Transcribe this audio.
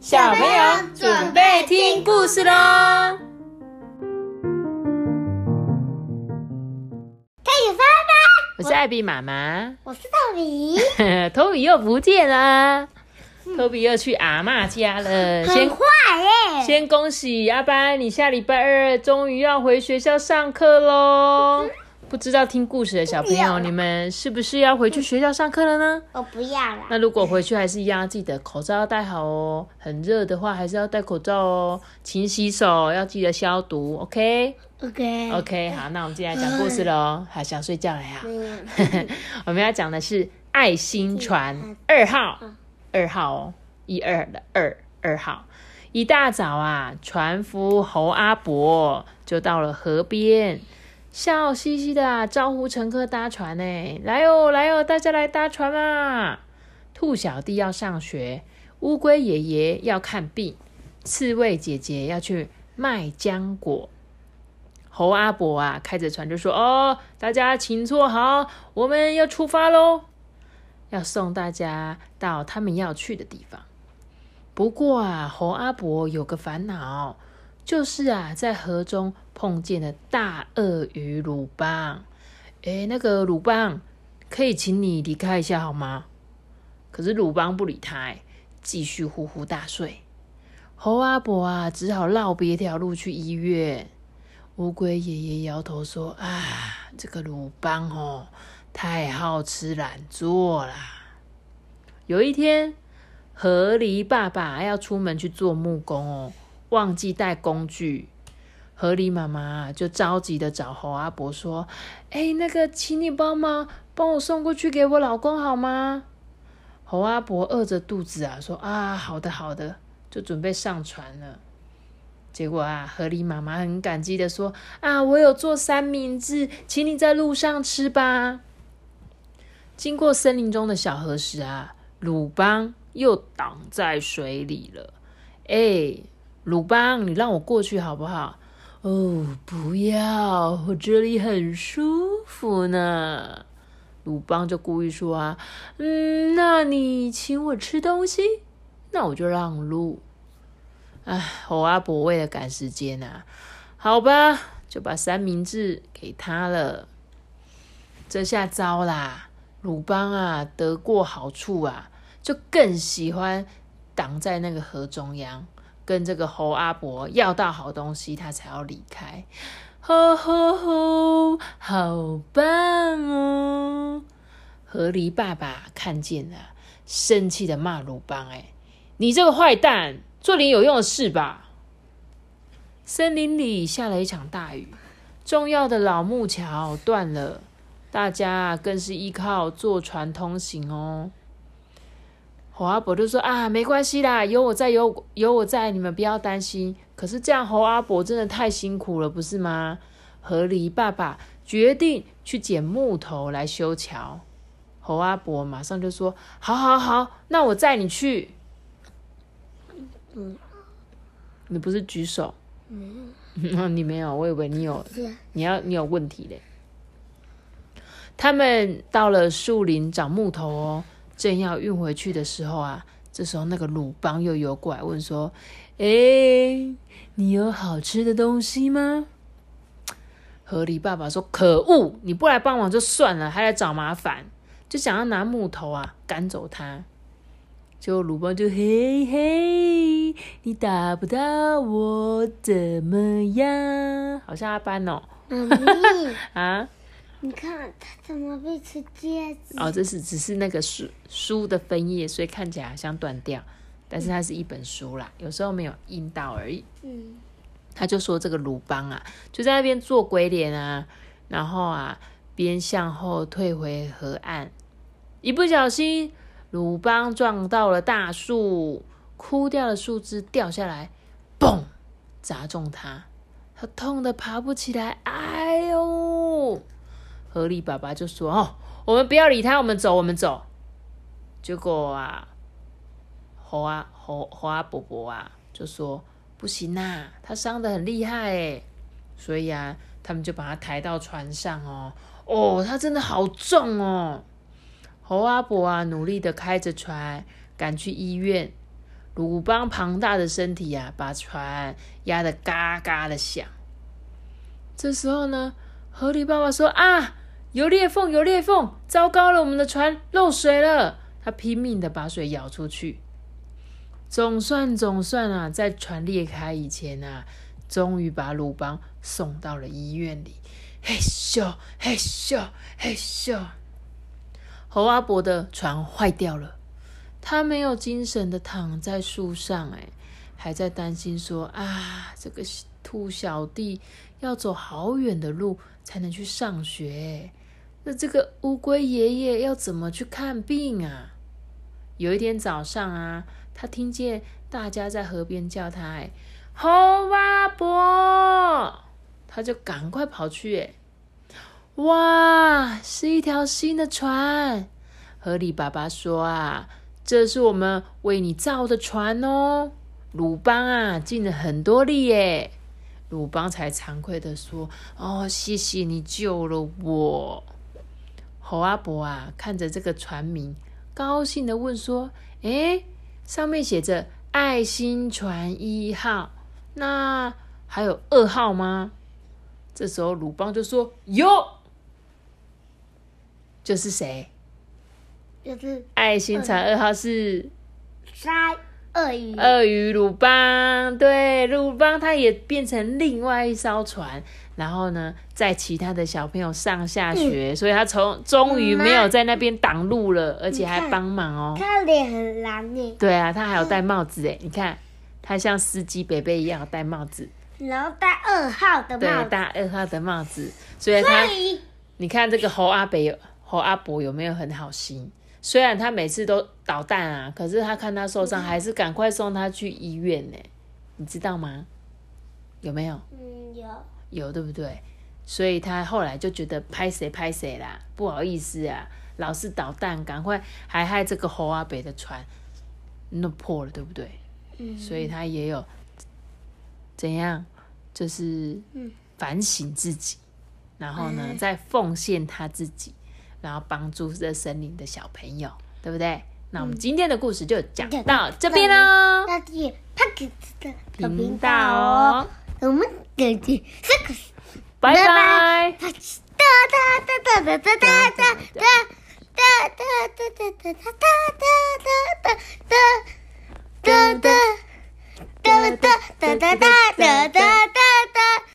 小朋友准备听故事咯。 开始发吧！ 我是艾比妈妈， 我是托比。 托比又不见了，托比又去阿嬷家了。 很坏耶！ 先恭喜阿班，你下礼拜二终于要回学校上课咯。不知道听故事的小朋友，你们是不是要回去学校上课了呢？ 我不要了。 那如果回去还是一样，记得口罩要戴好哦。很热的话，还是要戴口罩哦。勤洗手，要记得消毒。OK， 好，那我们接下来讲故事喽。好，想睡觉了呀。我们要讲的是爱心船2号，2号哦，12的2号。一大早啊，船夫侯阿伯就到了河边。笑嘻嘻的招呼乘客搭船呢，来哦来哦，大家来搭船嘛！兔小弟要上学，乌龟爷爷要看病，刺猬姐姐要去卖浆果。侯阿伯啊，开着船就说：“哦，大家请坐好，我们要出发咯，要送大家到他们要去的地方。”不过啊，侯阿伯有个烦恼。就是啊，在河中碰见了大鳄鱼鲁邦。那个鲁邦，可以请你离开一下好吗？可是鲁邦不理他，继续呼呼大睡。侯阿伯啊，只好绕别条路去医院。乌龟爷爷摇头说：“啊，这个鲁邦哦，太好吃懒做啦。”有一天，河狸爸爸要出门去做木工哦。忘记带工具，河狸妈妈就着急的找侯阿伯说：“那个，请你帮我送过去给我老公好吗？”侯阿伯饿着肚子啊，说：“啊，好的好的。”就准备上船了。结果啊，河狸妈妈很感激的说：“啊，我有做三明治，请你在路上吃吧。”经过森林中的小河时啊，鲁邦又挡在水里了。鲁邦，你让我过去好不好？哦，不要，我这里很舒服呢。鲁邦就故意说啊，那你请我吃东西，那我就让路。侯阿伯为了赶时间啊，好吧，就把三明治给他了。这下糟啦，鲁邦啊得过好处啊，就更喜欢挡在那个河中央。跟这个侯阿伯要到好东西，他才要离开。吼吼吼，好棒哦！河狸爸爸看见了，生气的骂鲁邦：“你这个坏蛋，做点有用的事吧！”森林里下了一场大雨，重要的老木桥断了，大家更是依靠坐船通行哦。侯阿伯就说：“啊，没关系啦，有我在，你们不要担心。”可是这样侯阿伯真的太辛苦了，不是吗？河狸爸爸决定去捡木头来修桥。侯阿伯马上就说：“好，那我载你去。”你不是举手？你没有，我以为你有，你有问题嘞。他们到了树林找木头哦。正要运回去的时候啊，这时候那个鲁邦又游过来问说：“你有好吃的东西吗？”河狸爸爸说：“可恶，你不来帮忙就算了，还来找麻烦，就想要拿木头啊赶走他。”结果鲁邦就嘿嘿，你打不到我怎么样？好像阿班哦。啊？ 你看它怎么被吃戒指？ 这只是那个书的分页，所以看起来好像断掉，但是它是一本书啦，有时候没有印到而已。他就说这个鲁邦啊，就在那边做鬼脸啊，然后啊边向后退回河岸，一不小心鲁邦撞到了大树，枯掉的树枝掉下来，嘣，砸中他痛得爬不起来，哎呦！河狸爸爸就说：“我们不要理他，我们走。”结果啊，侯阿伯伯啊就说：“不行啊，他伤得很厉害耶。”所以啊，他们就把他抬到船上哦，他真的好重哦。侯阿伯啊，努力的开着船赶去医院。 鲁邦庞大的身体啊，把船压得嘎嘎的响。这时候呢，河狸爸爸说啊，有裂缝，有裂缝！糟糕了，我们的船漏水了！他拼命的把水舀出去。总算啊，在船裂开以前啊，终于把鲁邦送到了医院里。嘿咻嘿咻嘿咻！猴阿伯的船坏掉了，他没有精神的躺在树上，还在担心说啊，这个兔小弟要走好远的路才能去上学，那这个乌龟爷爷要怎么去看病啊？有一天早上啊，他听见大家在河边叫他，猴阿伯，他就赶快跑去，哇，是一条新的船。河狸爸爸说啊，这是我们为你造的船哦。鲁邦啊，尽了很多力耶。鲁邦才惭愧的说，哦，谢谢你救了我。猴阿伯啊，看着这个船名，高兴的问说，上面写着爱心船1号，那还有2号吗？这时候鲁邦就说有，就是谁？ 就是爱心船2号是鳄鱼鲁邦。对，鲁邦他也变成另外一艘船，然后呢载其他的小朋友上下学，所以他终于没有在那边挡路了，而且还帮忙哦。 他脸很蓝耶。 对啊，他还有戴帽子耶，你看他像司机伯伯一样戴帽子， 然后戴2号的帽子。 对，戴2号的帽子，所以你看这个猴阿伯有没有很好心？虽然他每次都捣蛋啊，可是他看他受伤，还是赶快送他去医院呢，你知道吗？有没有？有，对不对？所以他后来就觉得拍谁啦，不好意思啊，老是捣蛋，赶快还害这个猴阿伯的船弄破了，对不对？所以他也有怎样，就是反省自己，然后呢，再奉献他自己。然后帮助这森林的小朋友，对不对？那我们今天的故事就讲到这边咯。 要记Podcast的频道哦。 我们给这个， 拜拜。